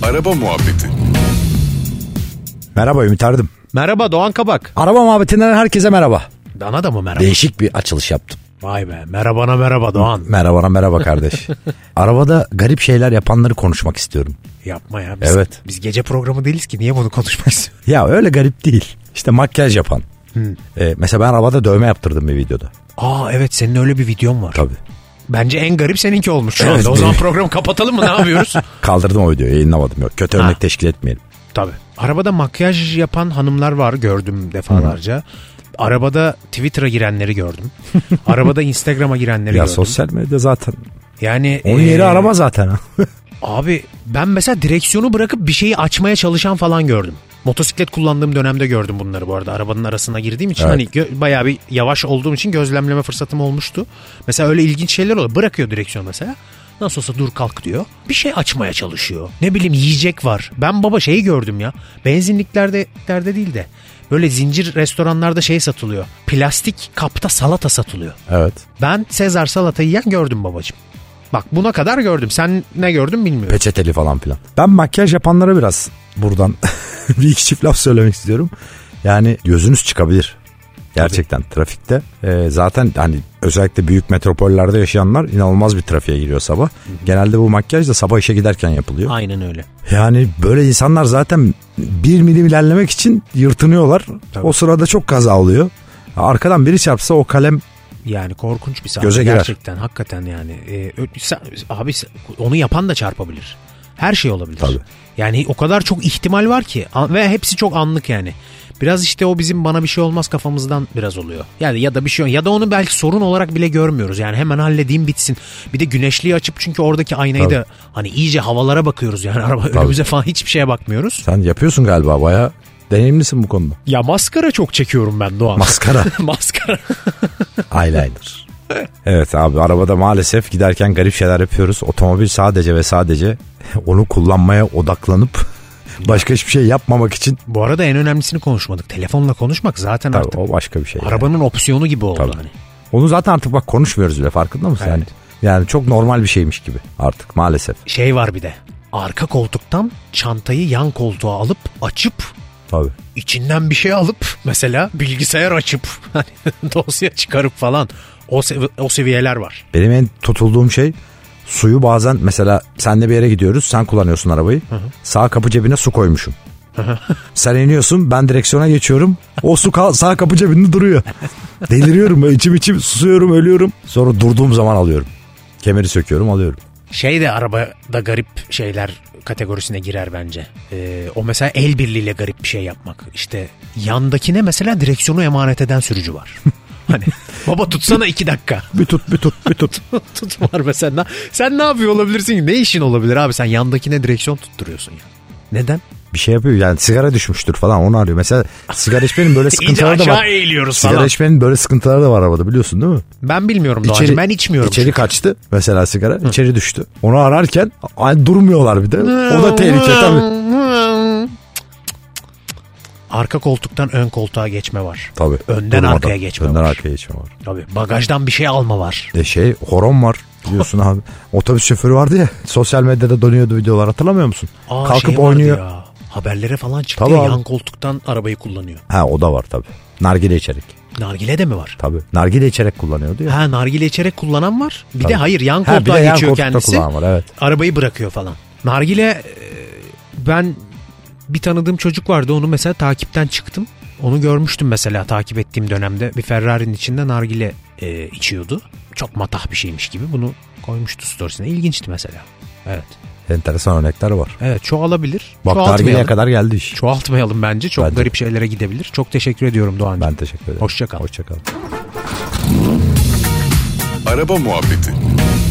Araba muhabbeti. Merhaba Ümit Erdim. Merhaba Doğan Kabak. Araba muhabbetinden herkese merhaba. Bana da mı merhaba? Değişik bir açılış yaptım. Vay be, merhabana merhaba Doğan. Merhabana merhaba kardeş. Arabada garip şeyler yapanları konuşmak istiyorum. Yapma ya. Evet. Biz gece programı değiliz ki, niye bunu konuşmak istiyoruz? Ya öyle garip değil. İşte makyaj yapan. Mesela ben arabada dövme yaptırdım bir videoda. Aa evet, senin öyle bir videon var. Tabii. Bence en garip seninki olmuş şu Evet, anda. O zaman programı kapatalım mı, ne yapıyoruz? Kaldırdım o videoyu, yayınlamadım. Yok, kötü örnek teşkil etmeyelim. Tabii. Arabada makyaj yapan hanımlar var, gördüm defalarca. Arabada Twitter'a girenleri gördüm. Arabada Instagram'a girenleri Ya gördüm. sosyal medya zaten. Yani Onun yeri araba zaten. Abi ben mesela direksiyonu bırakıp bir şeyi açmaya çalışan falan gördüm. Motosiklet kullandığım dönemde gördüm bunları bu arada. Arabanın arasına girdiğim için Evet. hani bayağı bir yavaş olduğum için gözlemleme fırsatım olmuştu. Mesela öyle ilginç şeyler oluyor. Bırakıyor direksiyon mesela. Nasıl olsa dur kalk diyor. Bir şey açmaya çalışıyor. Ne bileyim, yiyecek var. Ben baba şeyi gördüm ya. Benzinliklerde değil de böyle zincir restoranlarda şey satılıyor. Plastik kapta salata satılıyor. Evet. Ben Sezar salata yiyen gördüm babacığım. Bak buna kadar gördüm. Sen ne gördün bilmiyorum. Peçeteli falan filan. Ben makyaj yapanlara biraz buradan bir iki çift laf söylemek istiyorum. Yani gözünüz çıkabilir. Gerçekten trafikte. Zaten hani özellikle büyük metropollerde yaşayanlar inanılmaz bir trafiğe giriyor sabah. Genelde bu makyaj da sabah işe giderken yapılıyor. Aynen öyle. Yani böyle insanlar zaten 1 milim ilerlemek için yırtınıyorlar. Tabii. O sırada çok kaza oluyor. Arkadan biri çarpsa o kalem Yani korkunç bir sahne. göze girer. Gerçekten hakikaten yani. Abi onu yapan da çarpabilir. Her şey olabilir. Tabii. Yani o kadar çok ihtimal var ki ve hepsi çok anlık yani. Biraz işte o bizim bana bir şey olmaz kafamızdan biraz oluyor. Yani ya da bir şey, ya da onu belki sorun olarak bile görmüyoruz. Yani hemen halledeyim bitsin. Bir de güneşliği açıp çünkü oradaki aynayı Tabii. da hani iyice havalara bakıyoruz yani, araba önümüze falan hiçbir şeye bakmıyoruz. sen yapıyorsun galiba, bayağı deneyimlisin bu konuda. Ya maskara çok çekiyorum ben Doğan. Maskara. Maskara. Eyeliner. Evet abi, arabada maalesef giderken garip şeyler yapıyoruz. Otomobil sadece ve sadece onu kullanmaya odaklanıp başka hiçbir şey yapmamak için. Bu arada en önemlisini konuşmadık. Telefonla konuşmak zaten Tabii, artık o başka bir şey. arabanın opsiyonu gibi oldu. Tabii. Hani. Onu zaten artık bak konuşmuyoruz bile, farkında mısın? Evet. Yani çok normal bir şeymiş gibi artık maalesef. Şey var bir de. Arka koltuktan çantayı yan koltuğa alıp açıp Tabii. içinden bir şey alıp mesela bilgisayar açıp hani dosya çıkarıp falan o seviyeler var. Benim en tutulduğum şey, suyu bazen mesela senle bir yere gidiyoruz, sen kullanıyorsun arabayı. Sağ kapı cebine su koymuşum. Sen iniyorsun, ben direksiyona geçiyorum. O su sağ kapı cebinde duruyor. Deliriyorum böyle, içim susuyorum, ölüyorum. Sonra durduğum zaman alıyorum. Kemeri söküyorum, alıyorum. Şey de arabada garip şeyler kategorisine girer bence. O mesela el birliğiyle garip bir şey yapmak. İşte yandakine mesela direksiyonu emanet eden sürücü var. Hani baba tutsana 2 dakika. Bir tut. Tut var mesela. Sen ne yapıyor olabilirsin ki? Ne işin olabilir abi? Sen yandakine direksiyon tutturuyorsun ya. Neden? Bir şey yapıyor yani, sigara düşmüştür falan, onu arıyor. Mesela sigara içmenin böyle sıkıntıları da var. aşağı eğiliyoruz Sigara falan. içmenin böyle sıkıntıları da var arabada, biliyorsun değil mi? Ben bilmiyorum Doğancığım, ben içmiyorum. İçeri kaçtı mesela sigara, içeri düştü. Onu ararken durmuyorlar bir de. O da tehlike tabii. Arka koltuktan ön koltuğa geçme var. Tabii. Önden Durmadan. arkaya geçme Önden var. arkaya geçme var. Tabii. Bagajdan bir şey alma var. Horon var biliyorsun abi. Otobüs şoförü vardı ya, sosyal medyada dönüyordu videolar, hatırlamıyor musun? Kalkıp şey vardı oynuyor. ya. Haberlere falan çıktı Tabii ya, abi. yan koltuktan arabayı kullanıyor. Ha, o da var tabii. Nargile içerek. Nargile de mi var? Tabii. Nargile içerek kullanıyordu ya. Ha, nargile içerek kullanan var. Bir Tabii. de hayır, yan Ha, bir de koltuğa yan geçiyor koltukta kendisi. kullanan var, evet. Arabayı bırakıyor falan. Nargile, ben bir tanıdığım çocuk vardı, onu mesela takipten çıktım. Onu görmüştüm mesela takip ettiğim dönemde. Bir Ferrari'nin içinde nargile içiyordu. Çok matah bir şeymiş gibi bunu koymuştu storiesine. İlginçti mesela. Evet. Enteresan örnekler var. Evet, çoğalabilir. Bak, nargileye kadar geldi iş. Çoğaltmayalım bence. Çok garip şeylere gidebilir. Çok teşekkür ediyorum Doğancığım. Ben teşekkür ederim. Hoşça kal. Hoşça kal. Araba muhabbeti.